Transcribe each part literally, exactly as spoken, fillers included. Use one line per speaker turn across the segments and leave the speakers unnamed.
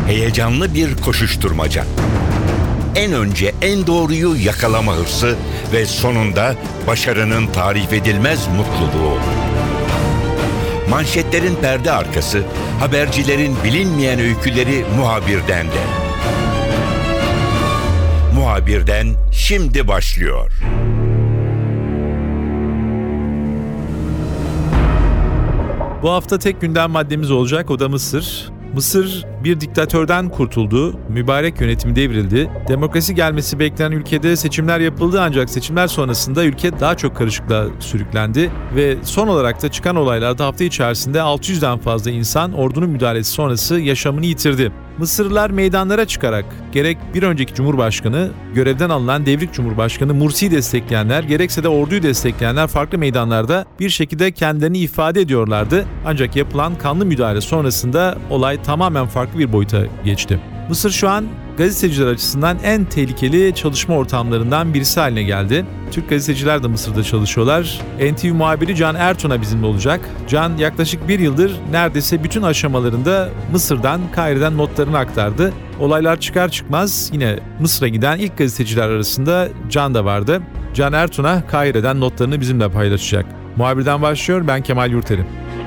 Heyecanlı bir koşuşturmaca. En önce en doğruyu yakalama hırsı ve sonunda başarının tarif edilmez mutluluğu. Manşetlerin perde arkası, habercilerin bilinmeyen öyküleri muhabirden de. Muhabirden şimdi başlıyor.
Bu hafta tek gündem maddemiz olacak, o da Mısır. Mısır bir diktatörden kurtuldu, mübarek yönetim devrildi. Demokrasi gelmesi beklenen ülkede seçimler yapıldı ancak seçimler sonrasında ülke daha çok karışıklığa sürüklendi ve son olarak da çıkan olaylarda hafta içerisinde altı yüzden fazla insan ordunun müdahalesi sonrası yaşamını yitirdi. Mısırlılar meydanlara çıkarak gerek bir önceki Cumhurbaşkanı, görevden alınan devrik Cumhurbaşkanı Mursi'yi destekleyenler, gerekse de orduyu destekleyenler farklı meydanlarda bir şekilde kendilerini ifade ediyorlardı. Ancak yapılan kanlı müdahale sonrasında olay tamamen farklı bir boyuta geçti. Mısır şu an gazeteciler açısından en tehlikeli çalışma ortamlarından birisi haline geldi. Türk gazeteciler de Mısır'da çalışıyorlar. N T V muhabiri Can Ertun'a bizimle olacak. Can yaklaşık bir yıldır neredeyse bütün aşamalarında Mısır'dan, Kahire'den notlarını aktardı. Olaylar çıkar çıkmaz yine Mısır'a giden ilk gazeteciler arasında Can da vardı. Can Ertun'a Kahire'den notlarını bizimle paylaşacak. Muhabirden başlıyor, ben Kemal Yurteri.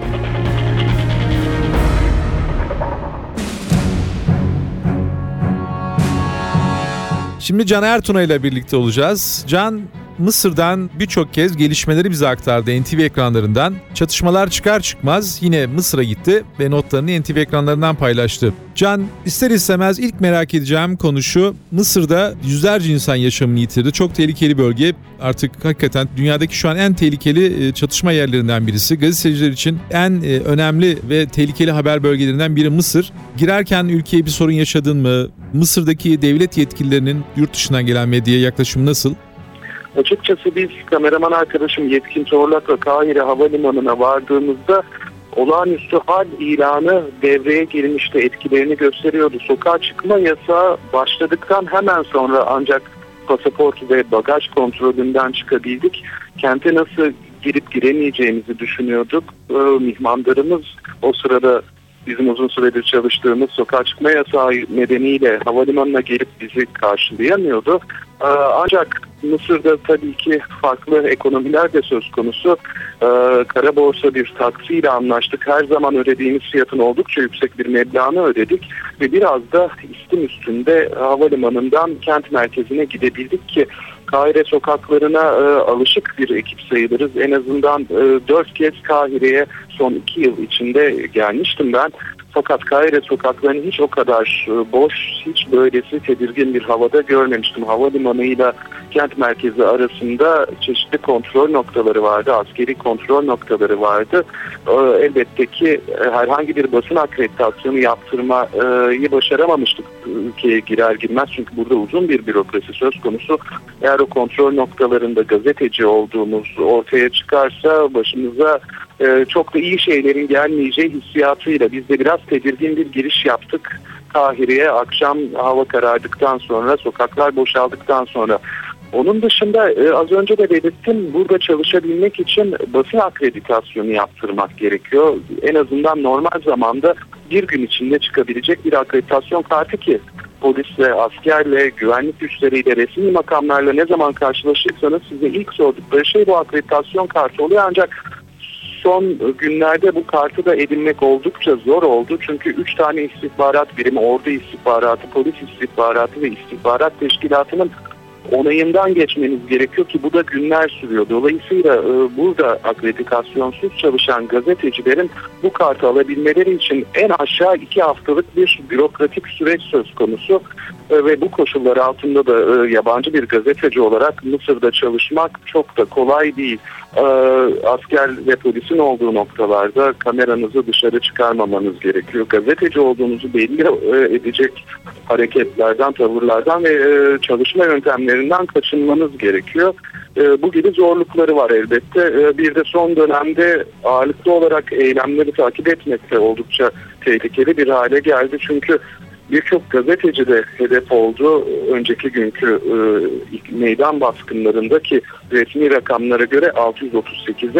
Şimdi Can Ertuna ile birlikte olacağız. Can, Mısır'dan birçok kez gelişmeleri bize aktardı N T V ekranlarından. Çatışmalar çıkar çıkmaz yine Mısır'a gitti ve notlarını N T V ekranlarından paylaştı. Can, ister istemez ilk merak edeceğim konu şu: Mısır'da yüzlerce insan yaşamını yitirdi. Çok tehlikeli bölge. Artık hakikaten dünyadaki şu an en tehlikeli çatışma yerlerinden birisi. Gazeteciler için en önemli ve tehlikeli haber bölgelerinden biri Mısır. Girerken ülkeye bir sorun yaşadın mı? Mısır'daki devlet yetkililerinin yurt dışından gelen medyaya yaklaşımı nasıl?
Açıkçası biz kameraman arkadaşım Yetkin Çorlak'la Kahire Havalimanı'na vardığımızda olağanüstü hal ilanı devreye girmişti, etkilerini gösteriyordu. Sokağa çıkma yasağı başladıktan hemen sonra ancak pasaport ve bagaj kontrolünden çıkabildik. Kente nasıl girip giremeyeceğimizi düşünüyorduk. Ee, mihmandarımız o sırada bizim uzun süredir çalıştığımız sokağa çıkma yasağı nedeniyle havalimanına gelip bizi karşılayamıyordu. Ee, ancak Mısır'da tabii ki farklı ekonomiler de söz konusu. Ee, kara borsa bir taksiyle anlaştık. Her zaman ödediğimiz fiyatın oldukça yüksek bir meblağını ödedik ve biraz da istim üstünde havalimanından kent merkezine gidebildik ki Kahire sokaklarına e, alışık bir ekip sayılırız. En azından e, dört kez Kahire'ye son iki yıl içinde gelmiştim ben. Fakat Kahire sokaklarını hiç o kadar boş, hiç böylesi tedirgin bir havada görmemiştim. Havalimanıyla kent merkezi arasında çeşitli kontrol noktaları vardı, askeri kontrol noktaları vardı. Elbette ki herhangi bir basın akreditasyonu yaptırmayı başaramamıştık ülkeye girer girmez. Çünkü burada uzun bir bürokrasi söz konusu. Eğer o kontrol noktalarında gazeteci olduğumuz ortaya çıkarsa başımıza Ee, çok da iyi şeylerin gelmeyeceği hissiyatıyla biz de biraz tedirgin bir giriş yaptık Kahire'ye akşam hava karardıktan sonra, sokaklar boşaldıktan sonra. Onun dışında e, az önce de belirttim, burada çalışabilmek için basın akreditasyonu yaptırmak gerekiyor. En azından normal zamanda bir gün içinde çıkabilecek bir akreditasyon kartı ki polisle, askerle, güvenlik güçleriyle, resmi makamlarla ne zaman karşılaşırsanız size ilk sordukları şey bu akreditasyon kartı oluyor. Ancak son günlerde bu kartı da edinmek oldukça zor oldu. Çünkü üç tane istihbarat birimi, ordu istihbaratı, polis istihbaratı ve istihbarat teşkilatının onayından geçmeniz gerekiyor ki bu da günler sürüyor. Dolayısıyla e, burada akreditasyonsuz çalışan gazetecilerin bu kartı alabilmeleri için en aşağı iki haftalık bir bürokratik süreç söz konusu. E, ve bu koşullar altında da e, yabancı bir gazeteci olarak Mısır'da çalışmak çok da kolay değil. E, asker ve polisin olduğu noktalarda kameranızı dışarı çıkarmamanız gerekiyor. Gazeteci olduğunuzu belli e, edecek hareketlerden, tavırlardan ve e, çalışma yöntemlerinden kaçınmanız gerekiyor. E, bu gibi zorlukları var elbette. E, bir de son dönemde ağırlıklı olarak eylemleri takip etmek de oldukça tehlikeli bir hale geldi. Çünkü birçok gazeteci de hedef oldu. Önceki günkü e, meydan baskınlarındaki resmi rakamlara göre altı yüz otuz sekize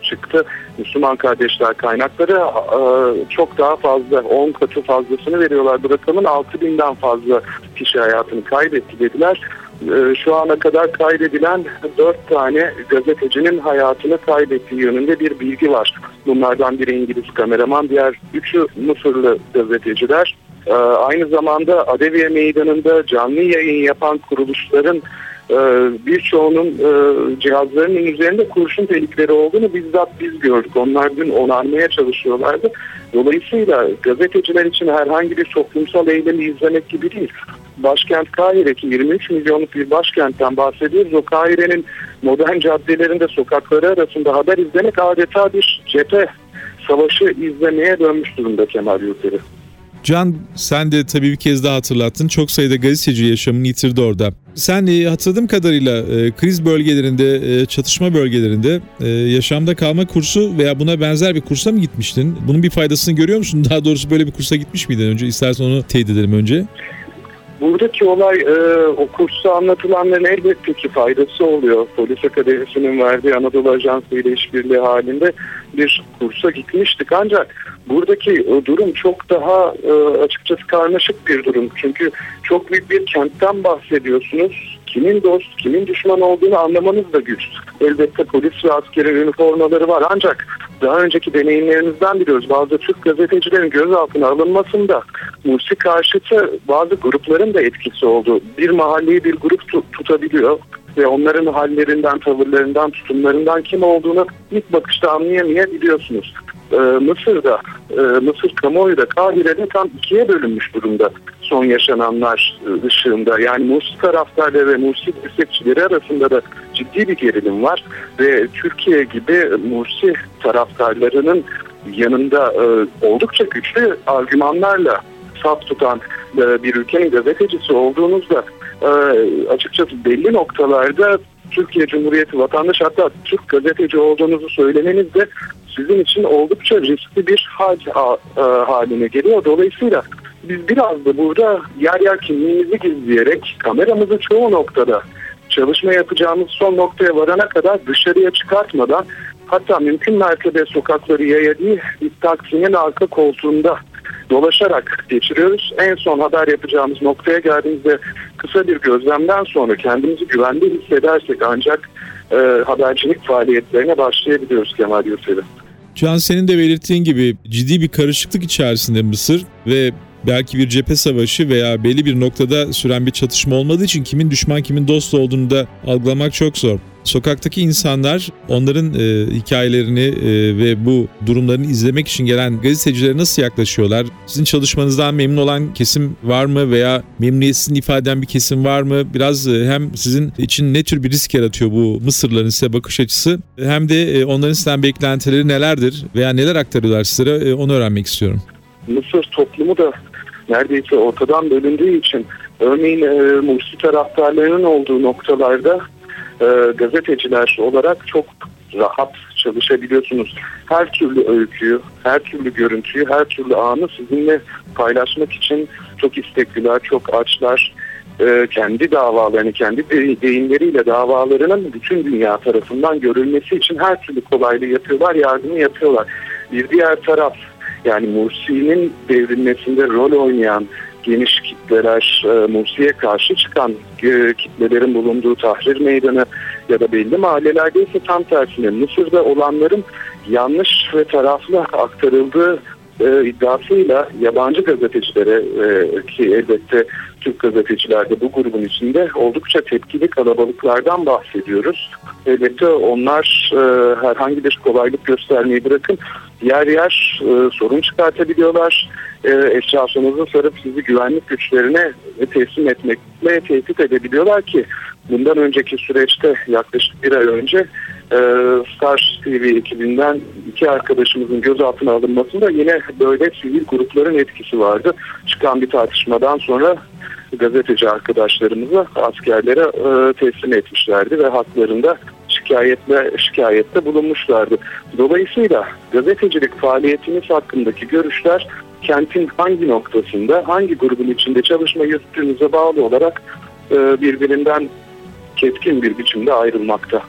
çıktı. Müslüman Kardeşler kaynakları e, çok daha fazla, on katı fazlasını veriyorlar. Bu rakamın altı binden fazla kişi hayatını kaybetti dediler. E, şu ana kadar kaydedilen dört tane gazetecinin hayatını kaybettiği yönünde bir bilgi var. Bunlardan biri İngiliz kameraman, diğer üçü Mısırlı gazeteciler. Ee, aynı zamanda Adeviye Meydanı'nda canlı yayın yapan kuruluşların e, birçoğunun e, cihazlarının üzerinde kurşun delikleri olduğunu bizzat biz gördük. Onlar dün onarmaya çalışıyorlardı. Dolayısıyla gazeteciler için herhangi bir toplumsal eylemi izlemek gibi değil. Başkent Kahire, ki yirmi üç milyonluk bir başkentten bahsediyoruz. O Kahire'nin modern caddelerinde, sokakları arasında haber izlemek adeta bir cephe savaşı izlemeye dönmüş durumda Kemal Yurteri.
Can, sen de tabii bir kez daha hatırlattın. Çok sayıda gazeteci yaşamını yitirdi orada. Sen e, hatırladığım kadarıyla e, kriz bölgelerinde, e, çatışma bölgelerinde e, yaşamda kalma kursu veya buna benzer bir kursa mı gitmiştin? Bunun bir faydasını görüyor musun? Daha doğrusu böyle bir kursa gitmiş miydin önce? İstersen onu teyit edelim önce.
Buradaki olay, e, o kursta anlatılanların elbette ki faydası oluyor. Polis Akademisi'nin verdiği Anadolu Ajansı ile işbirliği halinde bir kursa gitmiştik. Ancak buradaki e, durum çok daha e, açıkçası karmaşık bir durum. Çünkü çok büyük bir kentten bahsediyorsunuz. Kimin dost, kimin düşman olduğunu anlamanız da güç. Elbette polis ve askeri üniformaları var. Ancak daha önceki deneyimlerimizden biliyoruz. Bazı Türk gazetecilerin gözaltına alınmasında Mursi karşıtı bazı grupların da etkisi oldu. Bir mahalleyi bir grup tut- tutabiliyor ve onların hallerinden, tavırlarından, tutumlarından kim olduğunu ilk bakışta anlayamayabiliyorsunuz. Ee, Mısır'da, e, Mısır kamuoyu da Kahire'de tam ikiye bölünmüş durumda son yaşananlar ışığında. Yani Mursi taraftarları ve Mursi destekçileri arasında da ciddi bir gerilim var ve Türkiye gibi Mursi taraftarlarının yanında e, oldukça güçlü argümanlarla saf tutan e, bir ülkenin gazetecisi olduğunuzda e, açıkçası belli noktalarda Türkiye Cumhuriyeti vatandaş, hatta Türk gazeteci olduğunuzu söylemeniz de sizin için oldukça riskli bir hal e, haline geliyor. Dolayısıyla biz biraz da burada yer yer kimliğimizi gizleyerek kameramızı çoğu noktada çalışma yapacağımız son noktaya varana kadar dışarıya çıkartmadan, hatta mümkün mertebe sokakları yaya değil, bir taksinin arka koltuğunda dolaşarak geçiriyoruz. En son haber yapacağımız noktaya geldiğimizde kısa bir gözlemden sonra kendimizi güvende hissedersek ancak e, habercilik faaliyetlerine başlayabiliyoruz Kemal Yurteri.
Can, senin de belirttiğin gibi ciddi bir karışıklık içerisinde Mısır ve belki bir cephe savaşı veya belli bir noktada süren bir çatışma olmadığı için kimin düşman kimin dost olduğunu da algılamak çok zor. Sokaktaki insanlar onların e, hikayelerini e, ve bu durumlarını izlemek için gelen gazetecilere nasıl yaklaşıyorlar? Sizin çalışmanızdan memnun olan kesim var mı veya memnuniyetsizliğini ifade eden bir kesim var mı? Biraz e, hem sizin için ne tür bir risk yaratıyor bu Mısırlıların size bakış açısı, hem de e, onların sizden beklentileri nelerdir veya neler aktarıyorlar sizlere, e, onu öğrenmek istiyorum.
Mısır toplumu da neredeyse ortadan bölündüğü için örneğin e, Mursi taraftarlarının olduğu noktalarda e, gazeteciler olarak çok rahat çalışabiliyorsunuz. Her türlü öyküyü, her türlü görüntüyü, her türlü anı sizinle paylaşmak için çok istekliler, çok açlar. E, kendi davalarını, kendi deyimleriyle davalarının bütün dünya tarafından görülmesi için her türlü kolaylığı yapıyorlar, yardımı yapıyorlar. Bir diğer taraf, yani Mursi'nin devrilmesinde rol oynayan geniş kitleler, e, Mursi'ye karşı çıkan e, kitlelerin bulunduğu Tahrir Meydanı ya da belli mahallelerde ise tam tersine Mısır'da olanların yanlış ve taraflı aktarıldığı e, iddiasıyla yabancı gazetecilere, e, ki elbette Türk gazeteciler de bu grubun içinde, oldukça tepkili kalabalıklardan bahsediyoruz. Elbette onlar e, herhangi bir kolaylık göstermeyi bırakın, yer yer e, sorun çıkartabiliyorlar. E, eşyasınızı sarıp sizi güvenlik güçlerine teslim etmekle tehdit edebiliyorlar ki bundan önceki süreçte yaklaşık bir ay önce e, Stars T V ekibinden iki arkadaşımızın gözaltına alınmasında yine böyle sivil grupların etkisi vardı. Çıkan bir tartışmadan sonra gazeteci arkadaşlarımızı askerlere e, teslim etmişlerdi ve haklarında şikayetle şikayette bulunmuşlardı. Dolayısıyla gazetecilik faaliyetimiz hakkındaki görüşler kentin hangi noktasında, hangi grubun içinde çalışma yürüttüğünüze bağlı olarak e, birbirinden keskin bir biçimde ayrılmakta.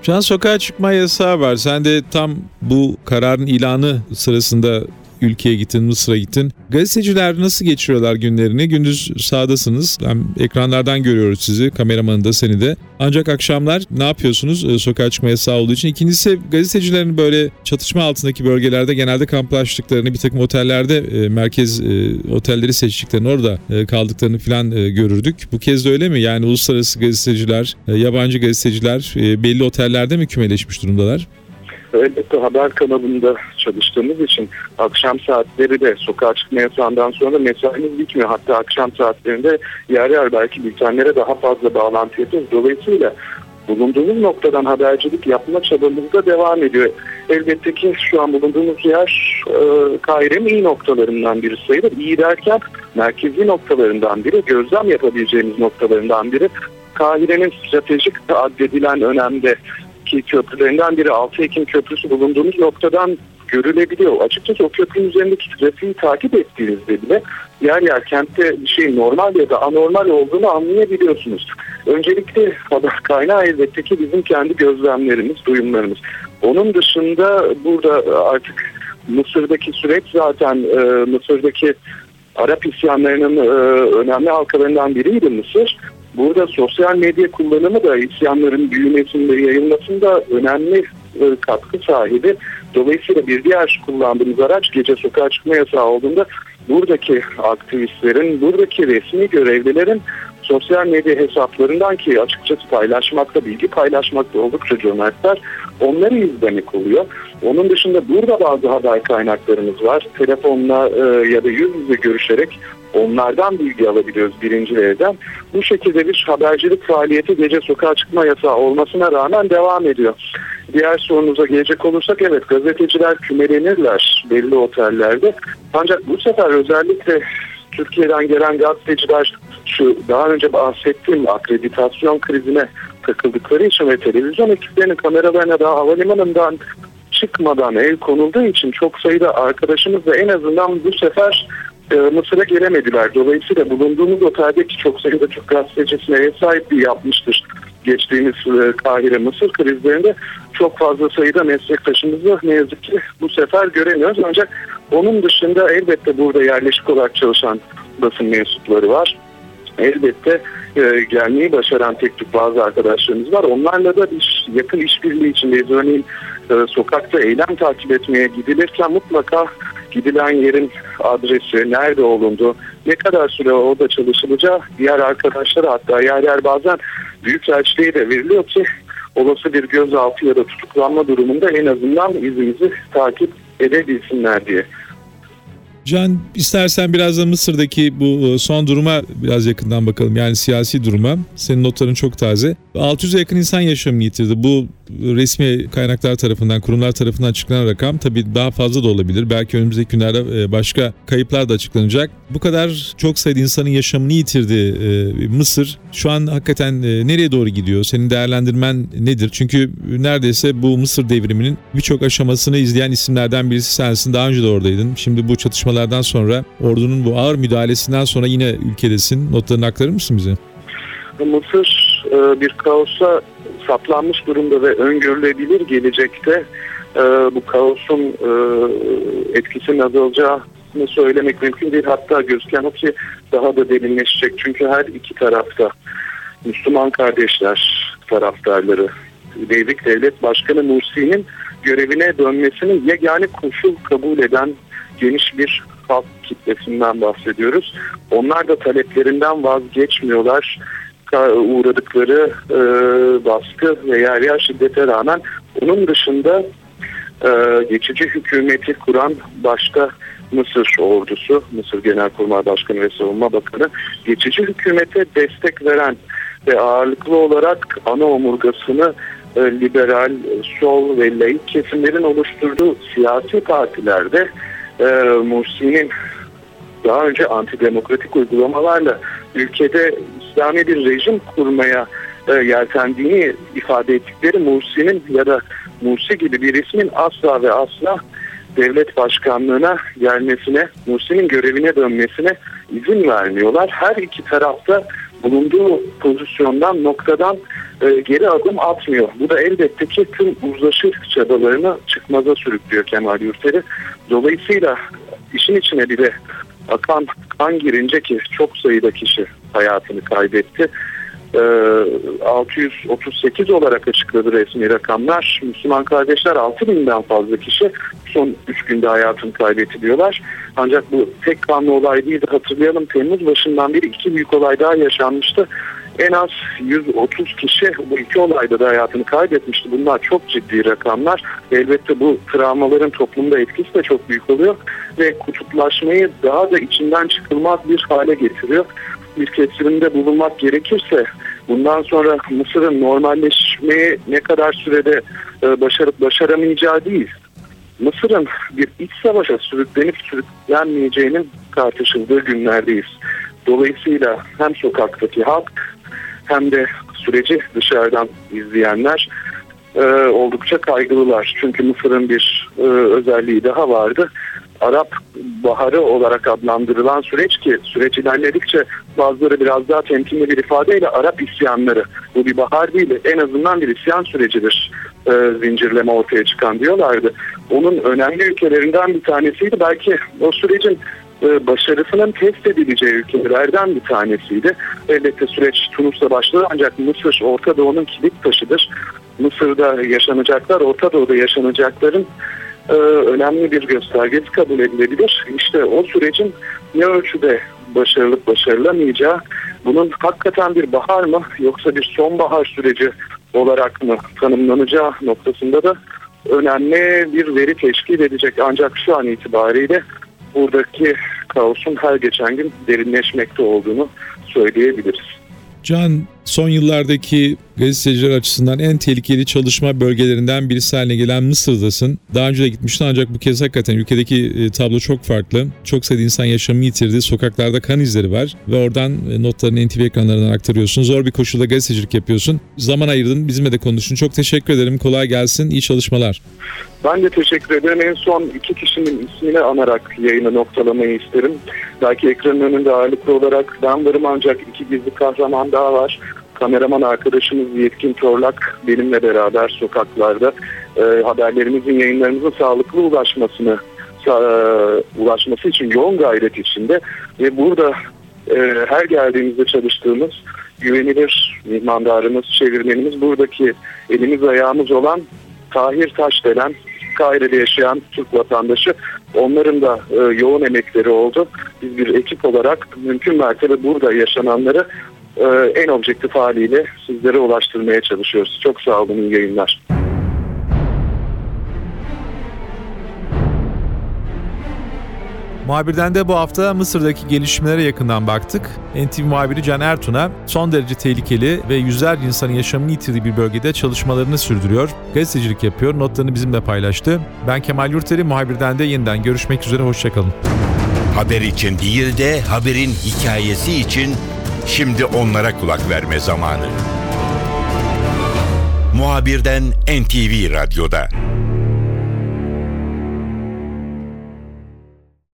Can, sokağa çıkma yasağı var. Sen de tam bu kararın ilanı sırasında ülkeye gittin, Mısır'a gittin. Gazeteciler nasıl geçiriyorlar günlerini? Gündüz sahadasınız. Hem ekranlardan görüyoruz sizi, kameramanı da, seni de. Ancak akşamlar ne yapıyorsunuz e, sokağa çıkma yasağı olduğu için? İkincisi, gazetecilerin böyle çatışma altındaki bölgelerde genelde kamplaştıklarını, bir takım otellerde e, merkez e, otelleri seçtiklerini, orada e, kaldıklarını falan e, görürdük. Bu kez de öyle mi? Yani uluslararası gazeteciler, e, yabancı gazeteciler e, belli otellerde mi kümeleşmiş durumdalar?
Elbette haber kanalında çalıştığımız için akşam saatleri de sokağa çıkma yasağından sonra mesaimiz bitmiyor. Hatta akşam saatlerinde yer yer belki bültenlere daha fazla bağlantı yapıyoruz. Dolayısıyla bulunduğumuz noktadan habercilik yapma çabamız da devam ediyor. Elbette ki şu an bulunduğumuz yer e, Kahire'nin iyi noktalarından biri sayılır. İyi derken merkezi noktalarından biri, gözlem yapabileceğimiz noktalarından biri. Kahire'nin stratejik addedilen önemde ki köprülerinden biri altı Ekim Köprüsü bulunduğumuz noktadan görülebiliyor. Açıkçası o köprünün üzerindeki trafiği takip ettiğinizde bile yer yer kentte bir şey normal ya da anormal olduğunu anlayabiliyorsunuz. Öncelikle haber kaynağı elbette ki bizim kendi gözlemlerimiz, duyumlarımız. Onun dışında burada artık Mısır'daki süreç zaten e, Mısır'daki Arap isyanlarının e, önemli halkalarından biriydi Mısır. Burada sosyal medya kullanımı da isyanların büyümesinde, yayılmasında önemli e, katkı sahibi. Dolayısıyla bir diğer kullandığımız araç gece sokağa çıkma yasağı olduğunda buradaki aktivistlerin, buradaki resmi görevlilerin sosyal medya hesaplarından, ki açıkçası paylaşmakta, bilgi paylaşmakta oldukça cömertler, onları izlemek oluyor. Onun dışında burada bazı haber kaynaklarımız var. Telefonla e, ya da yüz yüze görüşerek onlardan bilgi alabiliyoruz birinci elden. Bu şekilde bir habercilik faaliyeti gece sokağa çıkma yasağı olmasına rağmen devam ediyor. Diğer sorunuza gelecek olursak, evet, gazeteciler kümelenirler belli otellerde. Ancak bu sefer özellikle Türkiye'den gelen gazeteciler şu daha önce bahsettiğim akreditasyon krizine takıldıkları için ve televizyon ekiplerinin kameralarına daha havalimanından çıkmadan el konulduğu için çok sayıda arkadaşımız da en azından bu sefer e, Mısır'a gelemediler. Dolayısıyla bulunduğumuz oteldeki çok sayıda Türk gazetecisine ev sahipliği yapmıştır. Geçtiğimiz e, Kahire Mısır krizlerinde çok fazla sayıda meslektaşımızı ne yazık ki bu sefer göremiyoruz. Ancak onun dışında elbette burada yerleşik olarak çalışan basın mensupları var. Elbette e, gelmeyi başaran tek tük bazı arkadaşlarımız var. Onlarla da bir yakın işbirliği içindeyiz. Örneğin e, sokakta eylem takip etmeye gidilirken mutlaka gidilen yerin adresi, nerede olundu, ne kadar süre orada çalışılacağı diğer arkadaşlara, hatta yer yer bazen büyükelçiliğe de veriliyor ki olası bir gözaltı ya da tutuklanma durumunda en azından izimizi takip edebilsinler diye.
Can, istersen biraz da Mısır'daki bu son duruma biraz yakından bakalım. Yani siyasi duruma. Senin notların çok taze. altı yüze yakın insan yaşamını yitirdi. Bu resmi kaynaklar tarafından, kurumlar tarafından açıklanan rakam. Tabii daha fazla da olabilir. Belki önümüzdeki günlerde başka kayıplar da açıklanacak. Bu kadar çok sayıda insanın yaşamını yitirdi Mısır. Şu an hakikaten nereye doğru gidiyor? Senin değerlendirmen nedir? Çünkü neredeyse bu Mısır devriminin birçok aşamasını izleyen isimlerden birisi sensin. Daha önce de oradaydın. Şimdi bu çatışmalardan sonra, ordunun bu ağır müdahalesinden sonra yine ülkedesin. Notlarını aktarır mısın bize?
Mısır bir kaosa saplanmış durumda ve öngörülebilir gelecekte bu kaosun etkisinin azalacağını söylemek mümkün değil. Hatta gözüken o ki daha da derinleşecek. Çünkü her iki tarafta Müslüman kardeşler taraftarları, Devrik Devlet Başkanı Mursi'nin görevine dönmesini yegane koşul kabul eden geniş bir halk kitlesinden bahsediyoruz. Onlar da taleplerinden vazgeçmiyorlar. Uğradıkları e, baskı ve yer yer şiddete rağmen. Onun dışında e, geçici hükümeti kuran başta Mısır ordusu, Mısır Genelkurmay Başkanı ve Savunma Bakanı, geçici hükümete destek veren ve ağırlıklı olarak ana omurgasını e, liberal, sol ve laik kesimlerin oluşturduğu siyasi partilerde e, Mursi'nin daha önce antidemokratik uygulamalarla ülkede İslami bir rejim kurmaya e, yeltendiğini ifade ettikleri Mursi'nin ya da Mursi gibi bir ismin asla ve asla devlet başkanlığına gelmesine, Mursi'nin görevine dönmesine izin vermiyorlar. Her iki tarafta bulunduğu pozisyondan, noktadan e, geri adım atmıyor. Bu da elbette ki tüm uzlaşı çabalarını çıkmaza sürüklüyor Kemal Yurteri. Dolayısıyla işin içine bile akan kan girince ki çok sayıda kişi hayatını kaybetti. altı yüz otuz sekiz olarak açıkladı resmi rakamlar. Müslüman kardeşler altı binden fazla kişi son üç günde hayatını kaybetti diyorlar. Ancak bu tek kanlı olay değil de hatırlayalım, Temmuz başından beri iki büyük olay daha yaşanmıştı. En az yüz otuz kişi bu iki olayda da hayatını kaybetmişti. Bunlar çok ciddi rakamlar. Elbette bu travmaların toplumda etkisi de çok büyük oluyor ve kutuplaşmayı daha da içinden çıkılmaz bir hale getiriyor. Bir kesimde bulunmak gerekirse bundan sonra Mısır'ın normalleşmeyi ne kadar sürede başarıp başaramayacağı değil, Mısır'ın bir iç savaşa sürüklenip sürüklenmeyeceğinin tartışıldığı günlerdeyiz. Dolayısıyla hem sokaktaki halk hem de süreci dışarıdan izleyenler e, oldukça kaygılılar. Çünkü Mısır'ın bir e, özelliği daha vardı. Arap Baharı olarak adlandırılan süreç, ki süreç ilerledikçe bazıları biraz daha temkinli bir ifadeyle Arap isyanları, bu bir bahar değil, en azından bir isyan sürecidir e, zincirleme ortaya çıkan diyorlardı. Onun önemli ülkelerinden bir tanesiydi. Belki o sürecin e, başarısının test edileceği ülkelerden bir tanesiydi. Elbette süreç Tunus'ta başladı ancak Mısır Orta Doğu'nun kilit taşıdır. Mısır'da yaşanacaklar Orta Doğu'da yaşanacakların Ee, önemli bir göstergesi kabul edilebilir. İşte o sürecin ne ölçüde başarılıp başarılamayacağı, bunun hakikaten bir bahar mı yoksa bir sonbahar süreci olarak mı tanımlanacağı noktasında da önemli bir veri teşkil edecek. Ancak şu an itibariyle buradaki kaosun her geçen gün derinleşmekte olduğunu söyleyebiliriz.
Can, son yıllardaki gazeteciler açısından en tehlikeli çalışma bölgelerinden birisi haline gelen Mısır'dasın. Daha önce de gitmiştin ancak bu kez hakikaten ülkedeki tablo çok farklı. Çok sayıda insan yaşamını yitirdi. Sokaklarda kan izleri var ve oradan notlarını N T V ekranlarından aktarıyorsun. Zor bir koşulda gazetecilik yapıyorsun. Zaman ayırdın, bizimle de konuştun. Çok teşekkür ederim. Kolay gelsin. İyi çalışmalar.
Ben de teşekkür ederim. En son iki kişinin ismini anarak yayını noktalamayı isterim. Belki ekranın önünde ağırlıklı olarak ben varım ancak iki gizli kahraman daha var. Kameraman arkadaşımız Yetkin Çorlak benimle beraber sokaklarda e, haberlerimizin, yayınlarımızın sağlıklı ulaşmasını e, ulaşması için yoğun gayret içinde ve burada e, her geldiğimizde çalıştığımız güvenilir mihmandarımız, çevirmenimiz, buradaki elimiz ayağımız olan Tahir Taş denen Kahire'de yaşayan Türk vatandaşı, onların da e, yoğun emekleri oldu. Biz bir ekip olarak mümkün mertebe burada yaşananları e, en objektif haliyle sizlere ulaştırmaya çalışıyoruz. Çok sağ olun, iyi yayınlar.
Muhabirden de bu hafta Mısır'daki gelişmelere yakından baktık. N T V muhabiri Can Ertun'a son derece tehlikeli ve yüzlerce insanın yaşamını yitirdiği bir bölgede çalışmalarını sürdürüyor. Gazetecilik yapıyor, notlarını bizimle paylaştı. Ben Kemal Yurteri, muhabirden de yeniden görüşmek üzere, hoşçakalın.
Haber için değil de haberin hikayesi için şimdi onlara kulak verme zamanı. Muhabirden N T V Radyo'da.